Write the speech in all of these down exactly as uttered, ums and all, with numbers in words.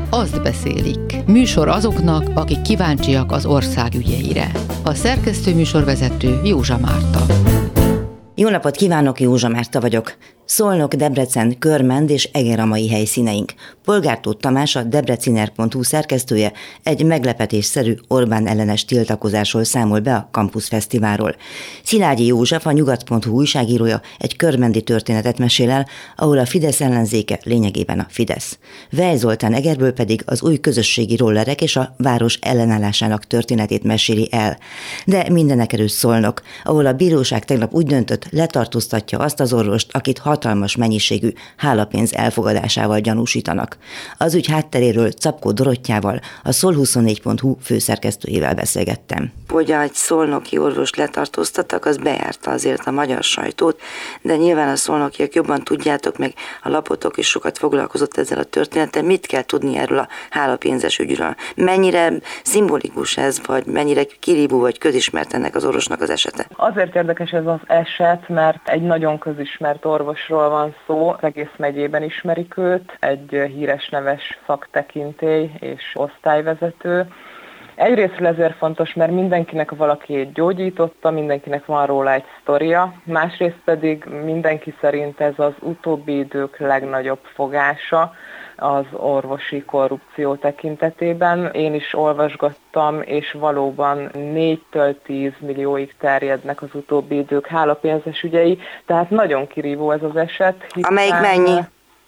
azt beszélik. Műsor azoknak, akik kíváncsiak az ország ügyeire. A szerkesztő műsorvezető Józsa Márta. Jó napot kívánok, Józsa Márta vagyok. Szolnok, Debrecen, Körmend és Eger a mai helyszíneink. Polgártóth Tamás, a debreciner pont hu szerkesztője egy meglepetésszerű Orbán ellenes tiltakozásról számol be a Campus Fesztiválról. Szilágyi József, a nyugat pont hu újságírója egy körmendi történetet mesél el, ahol a Fidesz ellenzéke lényegében a Fidesz. Vej Zoltán Egerből pedig az új közösségi rollerek és a város ellenállásának történetét meséli el. De mindenekelőtt Szolnok, ahol a bíróság tegnap úgy döntött, letartóztatja azt az orvost, akit hatalmas mennyiségű hálapénz elfogadásával gyanúsítanak. Az ügy hátteréről Czapkó Dorottyával, a Szol huszonnégy pont hu főszerkesztőjével beszélgettem. Hogy egy szolnoki orvost letartóztattak, az bejárta azért a magyar sajtót, de nyilván a szolnokiak jobban tudjátok, meg a lapotok is sokat foglalkozott ezzel a történettel. Mit kell tudni erről a hálapénzes ügyről? Mennyire szimbolikus ez, vagy mennyire kirívó vagy közismert ennek az orvosnak az esete? Azért érdekes ez az eset, mert egy nagyon közismert orvosról van szó, az egész megyében ismerik őt, egy híres neves szaktekintély és osztályvezető. Egyrésztről ezért fontos, mert mindenkinek valaki gyógyította, mindenkinek van róla egy sztoria, másrészt pedig mindenki szerint ez az utóbbi idők legnagyobb fogása az orvosi korrupció tekintetében. Én is olvasgattam, és valóban négytől tíz millióig terjednek az utóbbi idők hálapénzes ügyei, tehát nagyon kirívó ez az eset. Hiszen... Amelyik mennyi?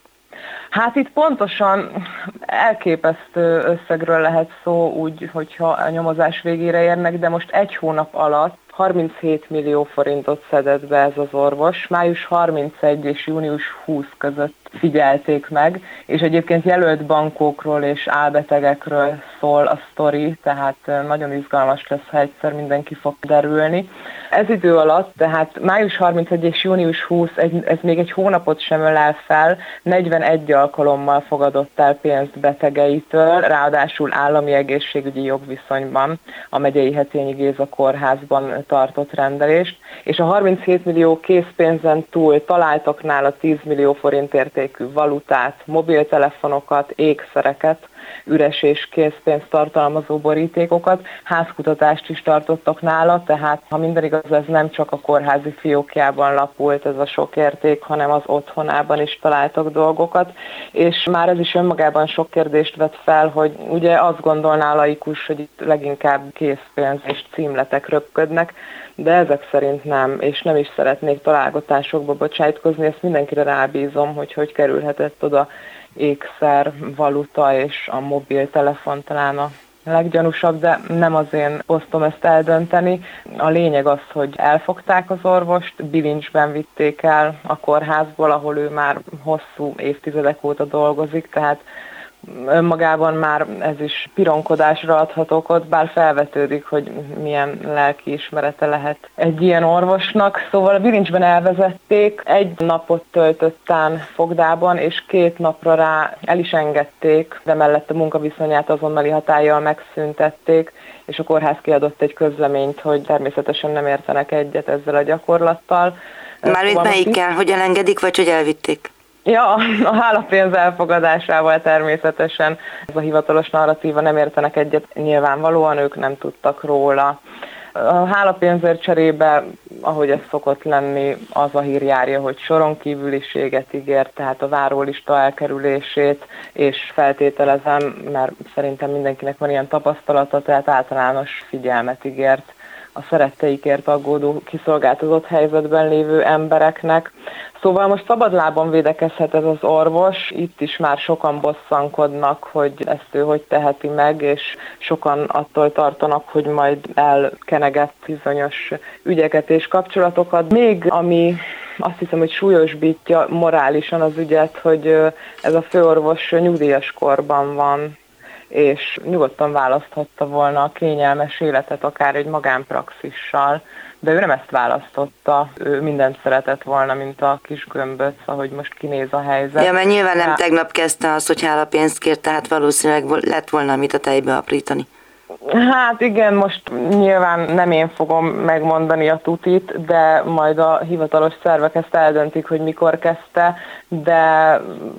Hát itt pontosan elképesztő összegről lehet szó úgy, hogyha a nyomozás végére érnek, de most egy hónap alatt harminchét millió forintot szedett be ez az orvos. május harmincegy és június húsz között figyelték meg, és egyébként jelölt bankokról és álbetegekről szól a sztori, tehát nagyon izgalmas lesz, ha egyszer mindenki fog derülni. Ez idő alatt, tehát május harmincegy és június húsz, ez még egy hónapot sem ölel fel, negyvenegy alkalommal fogadott el pénzt betegeitől, ráadásul állami egészségügyi jogviszonyban a Megyei Hetényi Géza kórházban tartott rendelést, és a harminchét millió készpénzen túl találtak nála tíz millió forint értékű valutát, mobiltelefonokat, ékszereket, üres és készpénzt tartalmazó borítékokat, házkutatást is tartottak nála, tehát ha minden igaz, ez nem csak a kórházi fiókjában lapult ez a sok érték, hanem az otthonában is találtak dolgokat, és már ez is önmagában sok kérdést vet fel, hogy ugye azt gondolná a laikus, hogy itt leginkább készpénz és címletek röpködnek, de ezek szerint nem, és nem is szeretnék találgatásokba bocsájtkozni, ezt mindenkire rábízom, hogy hogy kerülhetett oda ékszer, valuta és a mobiltelefon talán a leggyanúsabb, de nem az én posztom ezt eldönteni. A lényeg az, hogy elfogták az orvost, bilincsben vitték el a kórházból, ahol ő már hosszú évtizedek óta dolgozik, tehát önmagában már ez is pironkodásra adhat okot, bár felvetődik, hogy milyen lelki ismerete lehet egy ilyen orvosnak. Szóval a bilincsben elvezették, egy napot töltöttán fogdában, és két napra rá el is engedték, de mellett a munkaviszonyát azonnali hatállyal megszüntették, és a kórház kiadott egy közleményt, hogy természetesen nem értenek egyet ezzel a gyakorlattal. Mármint szóval melyikkel, hogy elengedik, vagy hogy elvitték? Ja, a hálapénz elfogadásával természetesen ez a hivatalos narratíva, nem értenek egyet, nyilvánvalóan ők nem tudtak róla. A hálapénzért cserébe, ahogy ez szokott lenni, az a hír járja, hogy soron kívüliséget ígért, tehát a várólista elkerülését, és feltételezem, mert szerintem mindenkinek van ilyen tapasztalata, tehát általános figyelmet ígért a szeretteikért aggódó, kiszolgáltatott helyzetben lévő embereknek. Szóval most szabadlábon védekezhet ez az orvos, itt is már sokan bosszankodnak, hogy ezt ő hogy teheti meg, és sokan attól tartanak, hogy majd elkenegett bizonyos ügyeket és kapcsolatokat. Még ami azt hiszem, hogy súlyosbítja morálisan az ügyet, hogy ez a főorvos nyugdíjas korban van, és nyugodtan választhatta volna a kényelmes életet akár egy magánpraxissal, de ő nem ezt választotta, ő mindent szeretett volna, mint a kis gömböc, ahogy most kinéz a helyzet. Ja, mert nyilván nem tegnap kezdte azt, hogy hálapénzt kért, tehát valószínűleg lett volna, amit a tejbe aprítani. Hát igen, most nyilván nem én fogom megmondani a tutit, de majd a hivatalos szervek ezt eldöntik, hogy mikor kezdte, de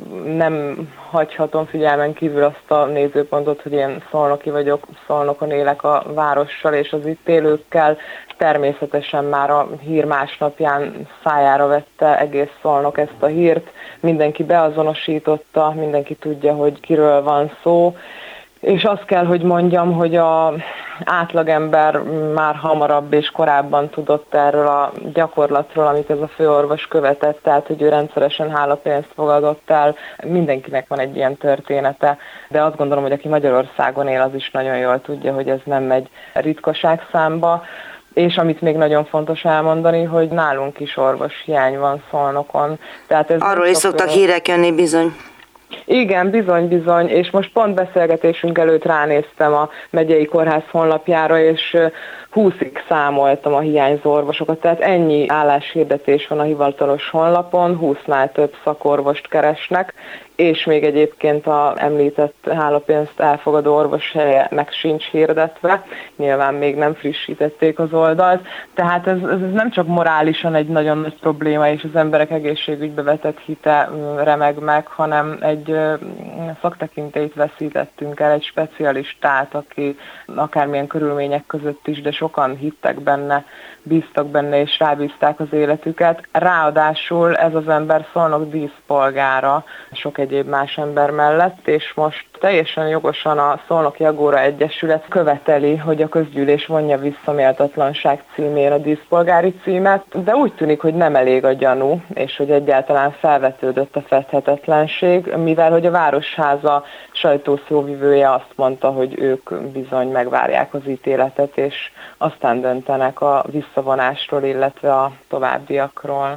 nem hagyhatom figyelmen kívül azt a nézőpontot, hogy én szolnoki vagyok, Szolnokon élek a várossal és az itt élőkkel. Természetesen már a hír másnapján szájára vette egész Szolnok ezt a hírt, mindenki beazonosította, mindenki tudja, hogy kiről van szó. És azt kell, hogy mondjam, hogy az átlagember már hamarabb és korábban tudott erről a gyakorlatról, amit ez a főorvos követett, tehát hogy ő rendszeresen hálapénzt fogadott el. Mindenkinek van egy ilyen története, de azt gondolom, hogy aki Magyarországon él, az is nagyon jól tudja, hogy ez nem megy ritkaság számba. És amit még nagyon fontos elmondani, hogy nálunk is orvos hiány van Szolnokon. Tehát ez arról is szoktak hírek jönni bizony. Igen, bizony, bizony, és most pont beszélgetésünk előtt ránéztem a megyei kórház honlapjára, és húszig számoltam a hiányzó orvosokat, tehát ennyi álláshirdetés van a hivatalos honlapon, húsznál több szakorvost keresnek, és még egyébként a említett hálapénzt elfogadó orvos helye meg sincs hirdetve, nyilván még nem frissítették az oldalt, tehát ez, ez nem csak morálisan egy nagyon nagy probléma, és az emberek egészségügybe vetett hite remeg meg, hanem egy szaktekintélyt veszítettünk el, egy specialistát, aki akármilyen körülmények között is, de sokan hittek benne, bíztak benne és rábízták az életüket. Ráadásul ez az ember Szolnok díszpolgára sok egyéb más ember mellett, és most teljesen jogosan a Szolnoki Agóra Egyesület követeli, hogy a közgyűlés vonja vissza méltatlanság címén a díszpolgári címet, de úgy tűnik, hogy nem elég a gyanú, és hogy egyáltalán felvetődött a fedhetetlenség, mivel hogy a Városháza sajtószóvivője azt mondta, hogy ők bizony megvárják az ítéletet, és aztán döntenek a visszavonásról, illetve a továbbiakról.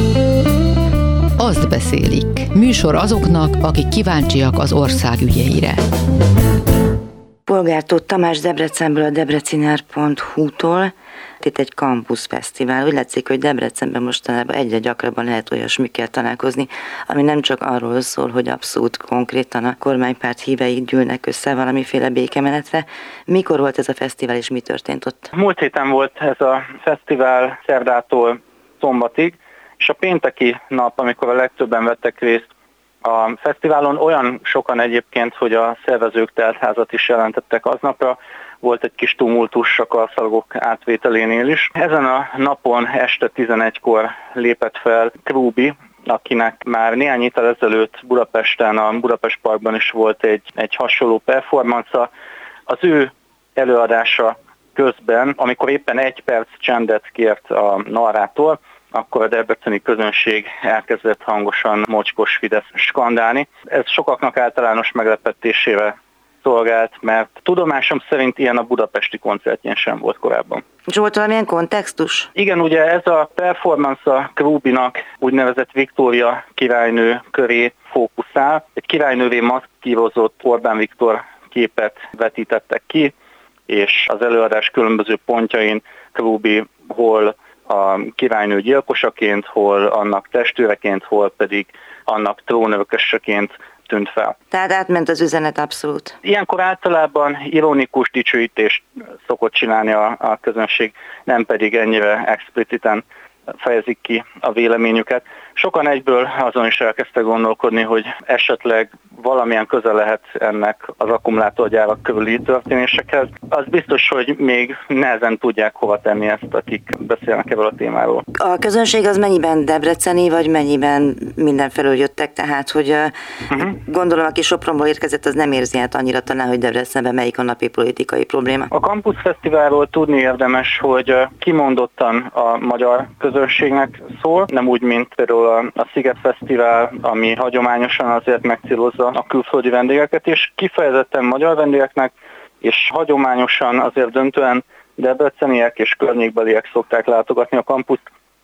Azt beszélik. Műsor azoknak, akik kíváncsiak az ország ügyeire. Polgártóth Tamás Debrecenből, a debreciner pont hu-tól. Itt egy Campus Fesztivál. Úgy látszik, hogy Debrecenben mostanában egyre gyakrabban lehet olyasmikkel találkozni, ami nem csak arról szól, hogy abszolút konkrétan a kormánypárt hívei gyűlnek össze valamiféle békemenetre. Mikor volt ez a fesztivál, és mi történt ott? Múlt héten volt ez a fesztivál szerdától szombatig, és a pénteki nap, amikor a legtöbben vettek részt a fesztiválon, olyan sokan egyébként, hogy a szervezők teltházat is jelentettek aznapra, volt egy kis tumultus a karszalagok átvételénél is. Ezen a napon este tizenegykor lépett fel Krúbi, akinek már néhány héttel ezelőtt Budapesten, a Budapest Parkban is volt egy, egy hasonló performance-a. Az ő előadása közben, amikor éppen egy perc csendet kért a narrától, akkor a debreceni közönség elkezdett hangosan mocskos Fidesz skandálni. Ez sokaknak általános meglepetésére szolgált, mert tudomásom szerint ilyen a budapesti koncertjén sem volt korábban. És volt valamilyen kontextus? Igen, ugye ez a performance a Krúbinak úgynevezett Viktória királynő köré fókuszál. Egy királynővé maszkírozott Orbán Viktor képet vetítettek ki, és az előadás különböző pontjain Krúbi hol a királynő gyilkosaként, hol annak testőreként, hol pedig annak trónörököseként tűnt fel. Tehát átment az üzenet abszolút. Ilyenkor általában ironikus dicsőítést szokott csinálni a, a közönség, nem pedig ennyire expliciten fejezik ki a véleményüket. Sokan egyből azon is elkezdtek gondolkodni, hogy esetleg valamilyen köze lehet ennek az akkumulátorgyárak körüli történésekhez. Az biztos, hogy még nehezen tudják hova tenni ezt, akik beszélnek ebből a témáról. A közönség az mennyiben debreceni, vagy mennyiben mindenfelől jöttek, tehát hogy uh-huh. gondolom, aki Sopronból érkezett, az nem érzi át annyira talán, hogy Debrecenben melyik a napi politikai probléma. A Campus Fesztiválról tudni érdemes, hogy kimondottan a magyar közönségnek szól, nem úgy, mint például a Sziget Fesztivál, ami hagyományosan azért megcélozza a külföldi vendégeket, és kifejezetten magyar vendégeknek, és hagyományosan azért döntően debreceniek és környékbeliek szokták látogatni a Campus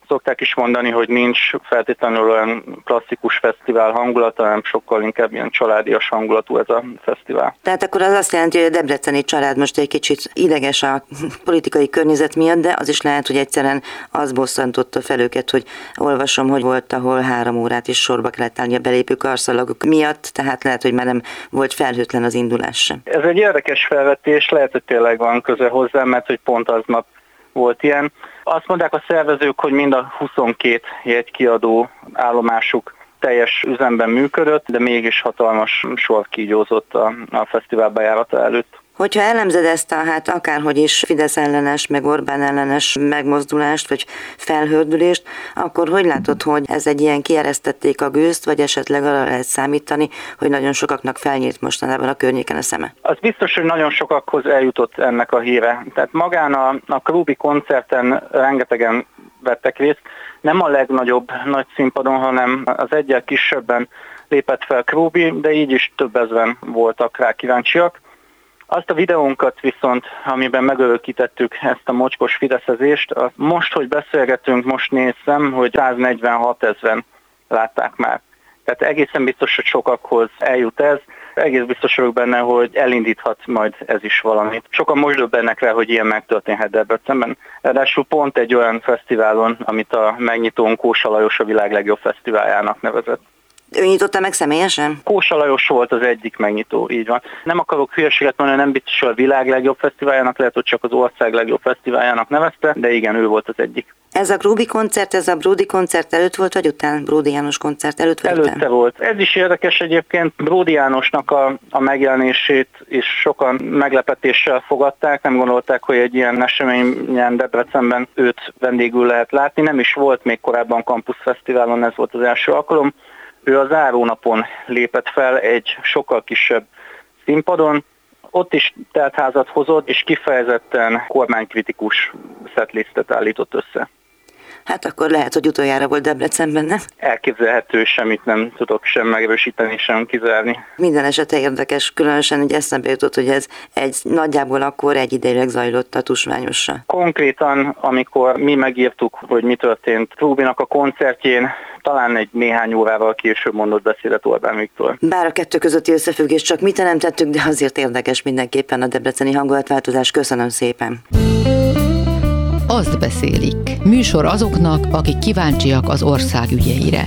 szokták is mondani, hogy nincs feltétlenül olyan klasszikus fesztivál hangulata, hanem sokkal inkább ilyen családias hangulatú ez a fesztivál. Tehát akkor az azt jelenti, hogy a debreceni család most egy kicsit ideges a politikai környezet miatt, de az is lehet, hogy egyszerűen az bosszantotta fel őket, hogy olvasom, hogy volt, ahol három órát is sorba kellett állni a belépő karszalagok miatt, tehát lehet, hogy már nem volt felhőtlen az indulás sem. Ez egy érdekes felvetés, lehet, hogy tényleg van köze hozzá, mert hogy pont aznap volt ilyen. Azt mondják a szervezők, hogy mind a huszonkét jegykiadó állomásuk teljes üzemben működött, de mégis hatalmas sor kígyózott a, a fesztivál bejárata előtt. Hogyha elemzed ezt a, hát akárhogy is Fidesz ellenes, meg Orbán ellenes megmozdulást, vagy felhördülést, akkor hogy látod, hogy ez egy ilyen kieresztették a gőzt, vagy esetleg arra lehet számítani, hogy nagyon sokaknak felnyílt mostanában a környéken a szeme? Az biztos, hogy nagyon sokakhoz eljutott ennek a híre. Tehát magán a, a Krúbi koncerten rengetegen vettek részt, nem a legnagyobb nagy színpadon, hanem az egyel kisebben lépett fel Krúbi, de így is több ezren voltak rá kíváncsiak. Azt a videónkat viszont, amiben megörökítettük ezt a mocskos fideszezést, most, hogy beszélgetünk, most nézem, hogy száznegyvenhat ezren látták már. Tehát egészen biztos, hogy sokakhoz eljut ez. Egész biztos vagyok benne, hogy elindíthat majd ez is valamit. Sokan most döbbennek rá, hogy ilyen megtörténhet Debrecenben. Ráadásul pont egy olyan fesztiválon, amit a megnyitón Kósa Lajos a világ legjobb fesztiváljának nevezett. Ő nyitotta meg személyesen? Kósa Lajos volt az egyik megnyitó, így van. Nem akarok hülyeséget mondani, nem biztos, hogy a világ legjobb fesztiváljának, lehet, hogy csak az ország legjobb fesztiváljának nevezte, de igen, ő volt az egyik. Ez a Krúbi koncert, ez a Bródi koncert előtt volt, vagy után? Bródi János koncert előtt, vagy Előtte után? volt. Ez is érdekes egyébként. Bródi Jánosnak a, a megjelenését is sokan meglepetéssel fogadták, nem gondolták, hogy egy ilyen eseményen Debrecenben őt vendégül lehet látni. Nem is volt még korábban Campus Fesztiválon, ez volt az első alkalom. Ő a zárónapon lépett fel egy sokkal kisebb színpadon, ott is teltházat hozott, és kifejezetten kormánykritikus setlistet állított össze. Hát akkor lehet, hogy utoljára volt Debrecenben, nem? Elképzelhető, semmit nem tudok sem megerősíteni, sem kizárni. Minden esetre érdekes, különösen, hogy eszembe jutott, hogy ez egy nagyjából akkor egy ideig zajlott a tusványossal. Konkrétan, amikor mi megírtuk, hogy mi történt Krúbinak a koncertjén, talán egy néhány órával később mondott beszédet Orbán Viktor. Bár a kettő közötti összefüggés csak mi teremtettük, de azért érdekes mindenképpen a debreceni hangulatváltozás. Köszönöm szépen! Azt beszélik. Műsor azoknak, akik kíváncsiak az ország ügyeire.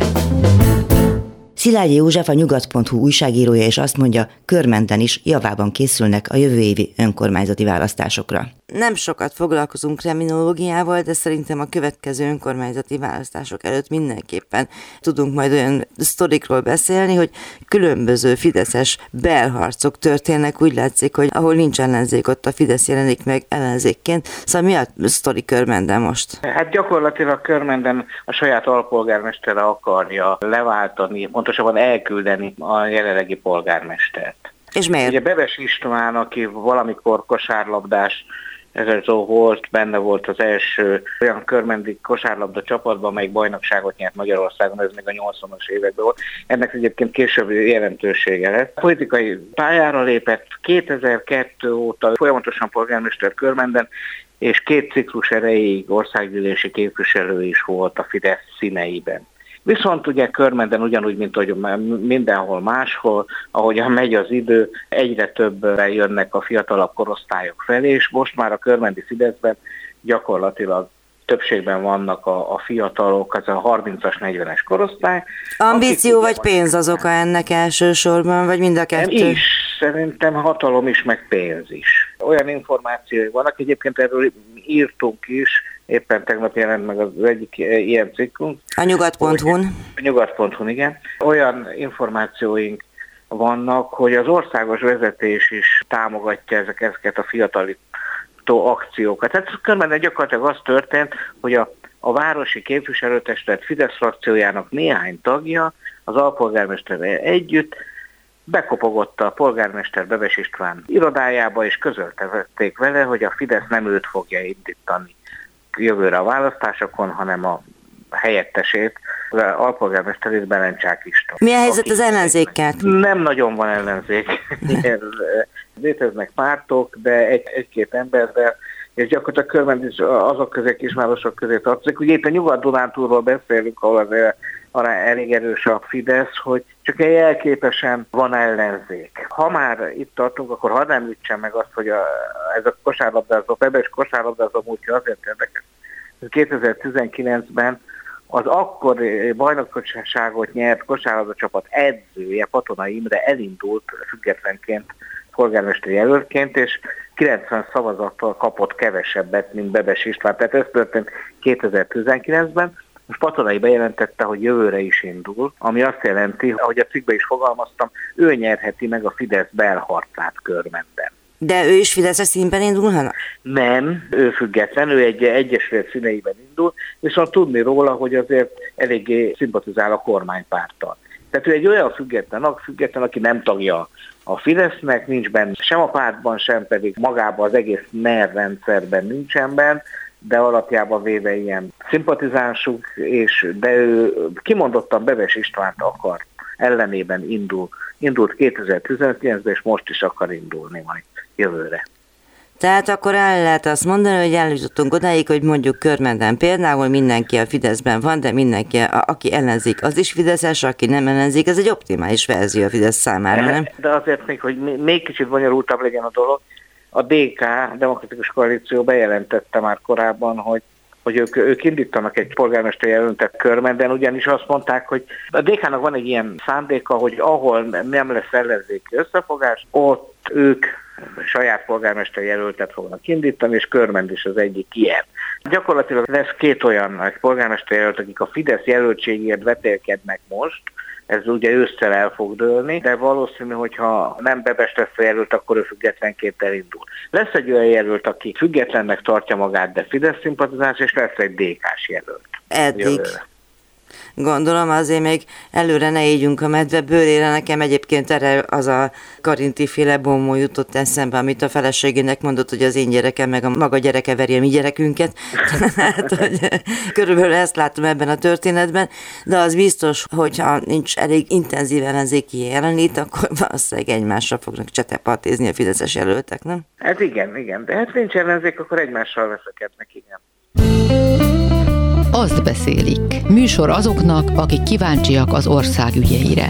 Szilágyi József a nyugat pont hu újságírója, és azt mondja, Körmenden is javában készülnek a jövő évi önkormányzati választásokra. Nem sokat foglalkozunk kriminológiával, de szerintem a következő önkormányzati választások előtt mindenképpen tudunk majd olyan sztorikról beszélni, hogy különböző fideszes belharcok történnek, úgy látszik, hogy ahol nincs ellenzék, ott a Fidesz jelenik meg ellenzékként. Szóval mi a sztori Körmenden most? Hát gyakorlatilag Körmenden a saját alpolgármestere akarja leváltani, pontosabban elküldeni a jelenlegi polgármestert. És miért? Ugye Bebes István, aki valamikor kosárlabdás ezertől volt, benne volt az első olyan körmendi kosárlabda csapatban, amelyik bajnokságot nyert Magyarországon, ez még a nyolcvanas években volt. Ennek egyébként később jelentősége lett. A politikai pályára lépett kétezer-kettő óta folyamatosan polgármester Körmenden, és két ciklus erejéig országgyűlési képviselő is volt a Fidesz színeiben. Viszont ugye Körmenden ugyanúgy, mint hogy mindenhol máshol, ahogyan megy az idő, egyre többre jönnek a fiatalabb korosztályok felé, és most már a körmendi Fideszben gyakorlatilag többségben vannak a, a fiatalok, az a harmincas, negyvenes korosztály. Ambíció vagy pénz az oka ennek elsősorban, vagy mind a kettő? Is, szerintem hatalom is, meg pénz is. Olyan információi vannak, egyébként erről írtunk is, éppen tegnap jelent meg az egyik ilyen cikkünk. A nyugat pont hu-n. A nyugat pont hu-n, igen. Olyan információink vannak, hogy az országos vezetés is támogatja ezek, ezeket a fiatalító akciókat. Tehát Körmenden gyakorlatilag az történt, hogy a, a városi képviselőtestület Fidesz frakciójának néhány tagja az alpolgármesterrel együtt bekopogott a polgármester Bebes István irodájába, és közöltették vele, hogy a Fidesz nem őt fogja indítani jövőre a választásokon, hanem a helyettesét, az alpolgármesterét, Belencsák István. Mi a helyzet az ellenzékkel? Nem nagyon van ellenzék. Léteznek pártok, de egy, egy-két emberrel és gyakorlatilag Körmend is azok közé, kisvárosok közé tartozik. Ugye itt a Nyugat-Dunántúlról beszélünk, ahol azért arra elég erős a Fidesz, hogy csak egy jelképesen van ellenzék. Ha már itt tartunk, akkor hadd említsem meg azt, hogy a, ez a kosárlabdázó, Febes kosárlabdázó múltja azért érdekes. kétezer-tizenkilencben az akkor bajnokságot nyert kosárlabda csapat edzője, Patonai Imre elindult függetlenként, polgármesteri jelöltként, és kilencven szavazattal kapott kevesebbet, mint Bebes István. Tehát ez történt kétezer-tizenkilencben. Most Patonai bejelentette, hogy jövőre is indul, ami azt jelenti, ahogy a cikkben is fogalmaztam, ő nyerheti meg a Fidesz belharcát Körmenden. De ő is Fideszes színben indulhat? Nem, ő független, ő egy egyesület színeiben indul, viszont tudni róla, hogy azért eléggé szimpatizál a kormánypárttal. Tehát ő egy olyan független, független, aki nem tagja a Fidesznek, nincs benne sem a pártban, sem pedig magában az egész NER rendszerben nincsen benne, de alapjában véve ilyen szimpatizánsuk, és de ő kimondottan Bebes Istvánt akar, ellenében indul. Indult kétezer-tizenkilencben, és most is akar indulni majd jövőre. Tehát akkor el lehet azt mondani, hogy eljutottunk odáig, hogy mondjuk Körmenden például mindenki a Fideszben van, de mindenki, a, aki ellenzik, az is fideszes, aki nem ellenzik, ez egy optimális verzió a Fidesz számára, nem? De azért még, hogy még kicsit bonyolultabb legyen a dolog, a dé ká, Demokratikus Koalíció bejelentette már korábban, hogy hogy ők, ők indítanak egy polgármesteri jelöltet Körmenden, ugyanis azt mondták, hogy a dé ká-nak van egy ilyen szándéka, hogy ahol nem lesz ellenzéki összefogás, ott ők saját polgármesteri jelöltet fognak indítani, és Körmend is az egyik ilyen. Gyakorlatilag lesz két olyan polgármesteri jelölt, akik a Fidesz jelöltségért vetélkednek most, ez ugye ősszel el fog dőlni, de valószínű, hogyha nem Bebes lesz a jelölt, akkor ő függetlenként elindul. Lesz egy olyan jelölt, aki függetlennek tartja magát, de Fidesz szimpatizás, és lesz egy dé ká-s jelölt. Eddig. Jövőre. Gondolom azért még előre ne éljünk a medve bőrére, nekem egyébként erre az a Karinti féle bombó jutott eszembe, amit a feleségének mondott, hogy az én gyerekem meg a maga gyereke veri a mi gyerekünket. Tehát, hogy körülbelül ezt látom ebben a történetben, de az biztos, hogyha nincs elég intenzív ellenzéki jelenlét, akkor valószínűleg egymásra fognak csetepartézni a fideszes jelöltek, nem? Hát igen, igen, de hát nincs ellenzék, akkor egymással veszekednek, igen. Azt beszélik. Műsor azoknak, akik kíváncsiak az ország ügyeire.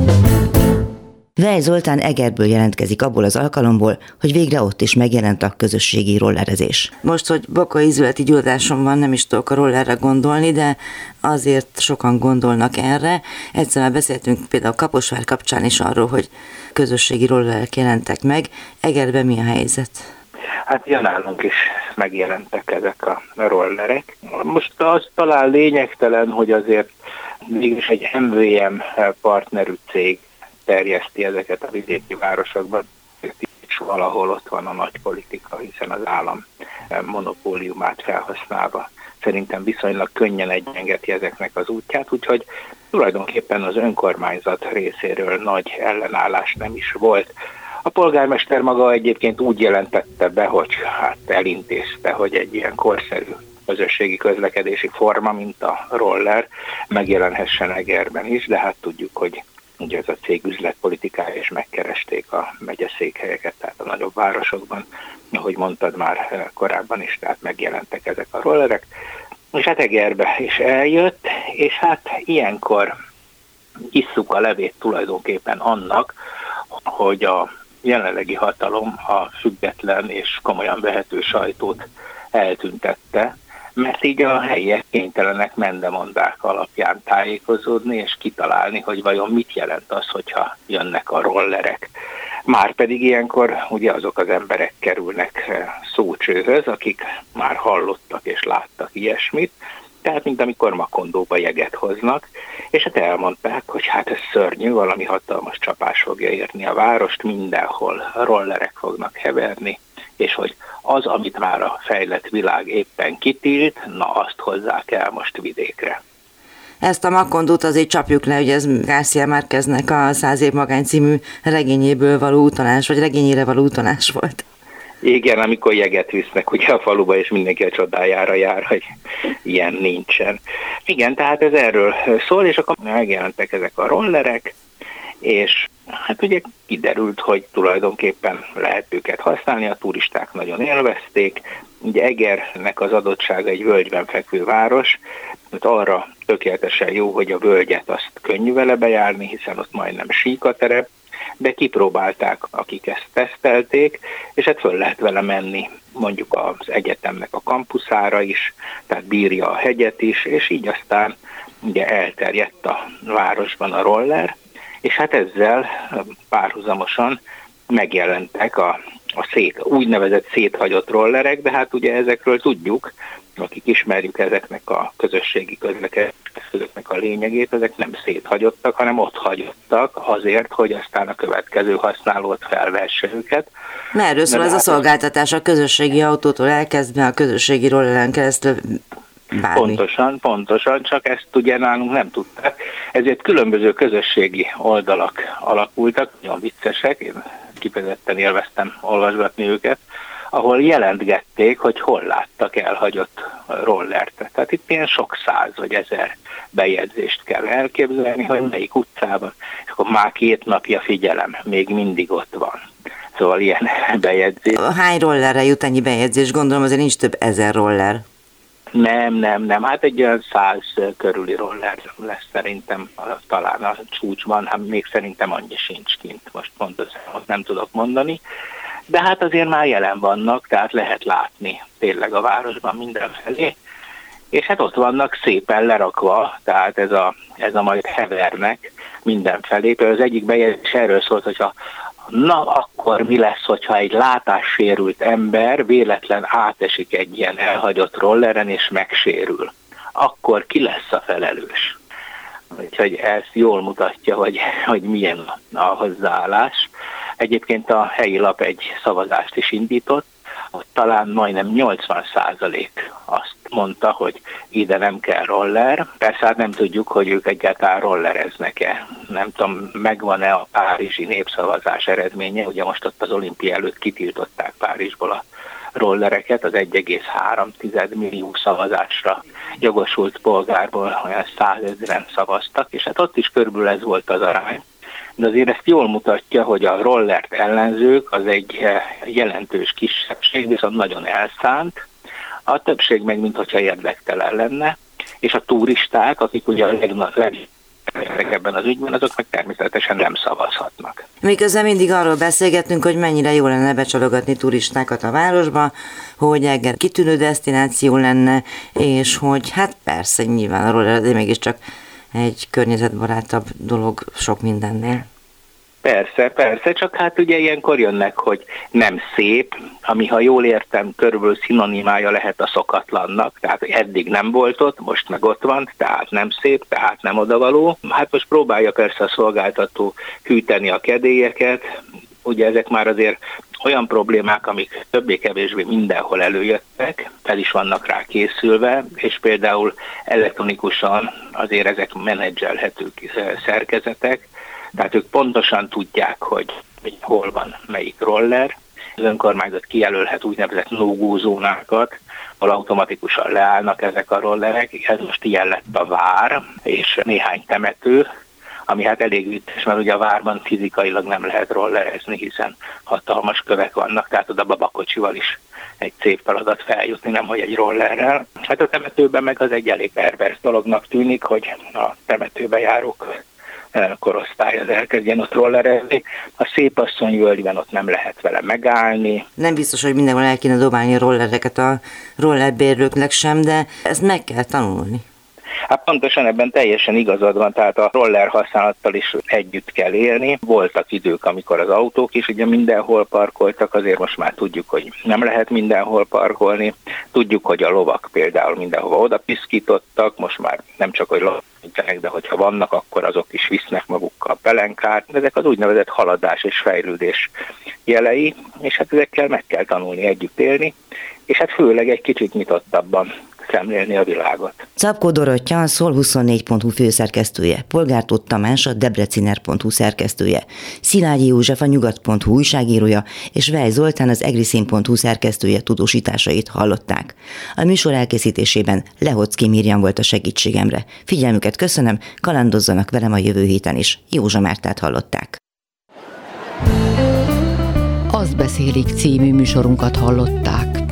Vej Zoltán Egerből jelentkezik abból az alkalomból, hogy végre ott is megjelent a közösségi rollerezés. Most, hogy bakai ízületi gyulladásom van, nem is tudok a rollerre gondolni, de azért sokan gondolnak erre. Egyszer már beszéltünk például Kaposvár kapcsán is arról, hogy közösségi rollerek jelentek meg. Egerben mi a helyzet? Hát ja, nálunk is megjelentek ezek a rollerek. Most az talán lényegtelen, hogy azért mégis egy em vé em partnerű cég terjeszti ezeket a vidéki városokban, és valahol ott van a nagy politika, hiszen az állam monopóliumát felhasználva szerintem viszonylag könnyen egyengeti ezeknek az útját, úgyhogy tulajdonképpen az önkormányzat részéről nagy ellenállás nem is volt. A polgármester maga egyébként úgy jelentette be, hogy hát elintézte, hogy egy ilyen korszerű közösségi közlekedési forma, mint a roller, megjelenhessen Egerben is, de hát tudjuk, hogy ugye ez a cég üzletpolitikája, és megkeresték a megyeszékhelyeket, tehát a nagyobb városokban, ahogy mondtad már korábban is, tehát megjelentek ezek a rollerek, és hát Egerbe is eljött, és hát ilyenkor isszuk a levét tulajdonképpen annak, hogy a jelenlegi hatalom a független és komolyan vehető sajtót eltüntette, mert így a helyiek kénytelenek mendemondák alapján tájékozódni és kitalálni, hogy vajon mit jelent az, hogyha jönnek a rollerek. Márpedig ilyenkor ugye azok az emberek kerülnek szócsőhöz, akik már hallottak és láttak ilyesmit, tehát mint amikor Makondóba jeget hoznak, és hát elmondták, hogy hát ez szörnyű, valami hatalmas csapás fogja érni a várost, mindenhol rollerek fognak heverni, és hogy az, amit már a fejlett világ éppen kitilt, na azt hozzák el most vidékre. Ezt a Makondót azért csapjuk le, hogy ez García Márqueznek a Száz év magány című regényéből való utalás, vagy regényére való utalás volt. Igen, amikor jeget visznek ugye a faluba, és mindenki a csodájára jár, hogy ilyen nincsen. Igen, tehát ez erről szól, és akkor megjelentek ezek a rollerek, és hát ugye kiderült, hogy tulajdonképpen lehet őket használni, a turisták nagyon élvezték. Ugye Egernek az adottsága egy völgyben fekvő város, mert arra tökéletesen jó, hogy a völgyet azt könnyű vele bejárni, hiszen ott majdnem sík a terep, de kipróbálták, akik ezt tesztelték, és hát föl lehet vele menni mondjuk az egyetemnek a kampuszára is, tehát bírja a hegyet is, és így aztán ugye elterjedt a városban a roller, és hát ezzel párhuzamosan megjelentek a, a szét, úgynevezett széthagyott rollerek, de hát ugye ezekről tudjuk, akik ismerjük ezeknek a közösségi közlekedésnek a lényegét, ezek nem széthagyottak, hanem ott hagyottak azért, hogy aztán a következő használót felvesse őket. Na, erről szól ez hát a szolgáltatás a közösségi autótól elkezdve a közösségi rolleren keresztül bármi. Pontosan, pontosan, csak ezt ugye nálunk nem tudták. Ezért különböző közösségi oldalak alakultak, nagyon viccesek, én kifejezetten élveztem olvasgatni őket, ahol jelentgették, hogy hol láttak elhagyott rollert. Tehát itt ilyen sok száz vagy ezer bejegyzést kell elképzelni, hogy melyik utcában, és akkor már két napja figyelem, még mindig ott van. Szóval ilyen bejegyzés. Hány rollerre jut ennyi bejegyzés? Gondolom azért nincs több ezer roller. Nem, nem, nem. Hát egy olyan száz körüli roller lesz szerintem talán a csúcsban, hát még szerintem annyi sincs kint, most pontosan nem tudok mondani. De hát azért már jelen vannak, tehát lehet látni tényleg a városban mindenfelé. És hát ott vannak szépen lerakva, tehát ez a, ez a majd hevernek mindenfelé. Például az egyik bejegyzés erről szólt, hogyha na akkor mi lesz, hogyha egy látássérült ember véletlen átesik egy ilyen elhagyott rolleren és megsérül. Akkor ki lesz a felelős? Úgyhogy ez jól mutatja, hogy, hogy milyen a hozzáállás. Egyébként a helyi lap egy szavazást is indított, ott talán majdnem nyolcvan százalék azt mondta, hogy ide nem kell roller. Persze hát nem tudjuk, hogy ők egyáltalán rollereznek-e. Nem tudom, megvan-e a párizsi népszavazás eredménye. Ugye most ott az olimpia előtt kitiltották Párizsból a rollereket, az egy egész három millió szavazásra jogosult polgárból olyan százezren szavaztak, és hát ott is körülbelül ez volt az arány. De azért ezt jól mutatja, hogy a rollert ellenzők az egy jelentős kisebbség, viszont nagyon elszánt. A többség meg minthogyha érdektelen lenne, és a turisták, akik ugye a legnagyobb ebben az ügyben, azok meg természetesen nem szavazhatnak. Miközben mindig arról beszélgetünk, hogy mennyire jó lenne becsalogatni turistákat a városba, hogy Eger kitűnő desztináció lenne, és hogy hát persze, nyilván a roller azért mégiscsak egy környezetbarátabb dolog sok mindennél. Persze, persze, csak hát ugye ilyenkor jönnek, hogy nem szép, ami ha jól értem, körülbelül szinonimája lehet a szokatlannak, tehát eddig nem volt ott, most meg ott van, tehát nem szép, tehát nem odavaló. Hát most próbálja persze a szolgáltató hűteni a kedélyeket, ugye ezek már azért olyan problémák, amik többé-kevésbé mindenhol előjöttek, fel is vannak rá készülve, és például elektronikusan azért ezek menedzselhető szerkezetek, tehát ők pontosan tudják, hogy hol van melyik roller. Az önkormányzat kijelölhet úgynevezett no-go zónákat, ahol automatikusan leállnak ezek a rollerek. Ez most ilyen lett a vár és néhány temető, ami hát elég vicces, mert ugye a várban fizikailag nem lehet rollerezni, hiszen hatalmas kövek vannak, tehát oda babakocsival is egy szép feladat feljutni, nemhogy egy rollerrel. Hát a temetőben meg az egy elég pervers dolognak tűnik, hogy a temetőbe járók korosztály az elkezdjen ott rollerezni. A Szépasszony völgyben ott nem lehet vele megállni. Nem biztos, hogy mindenhol el kéne dobálni a rollereket a rollerbérlőknek sem, de ezt meg kell tanulni. Hát pontosan ebben teljesen igazad van, tehát a roller használattal is együtt kell élni. Voltak idők, amikor az autók is ugye mindenhol parkoltak, azért most már tudjuk, hogy nem lehet mindenhol parkolni. Tudjuk, hogy a lovak például mindenhova oda piszkítottak, most már nem csak, hogy lovak nincsenek, de hogyha vannak, akkor azok is visznek magukkal pelenkát. Ezek az úgynevezett haladás és fejlődés jelei, és hát ezekkel meg kell tanulni együtt élni, és hát főleg egy kicsit nyitottabban szemlélni a világot. Czapkó Dorottya, a Szol huszonnégy pont hu főszerkesztője, Polgár Tóth Tamás, a debreciner pont hu szerkesztője, Szilágyi József, a nyugat pont hu újságírója, és Vej Zoltán, az egriszín pont hu szerkesztője tudósításait hallották. A műsor elkészítésében Lehocki Mirjam volt a segítségemre. Figyelmüket köszönöm, kalandozzanak velem a jövő héten is. Józsa Mártát hallották. Azt beszélik című műsorunkat hallották.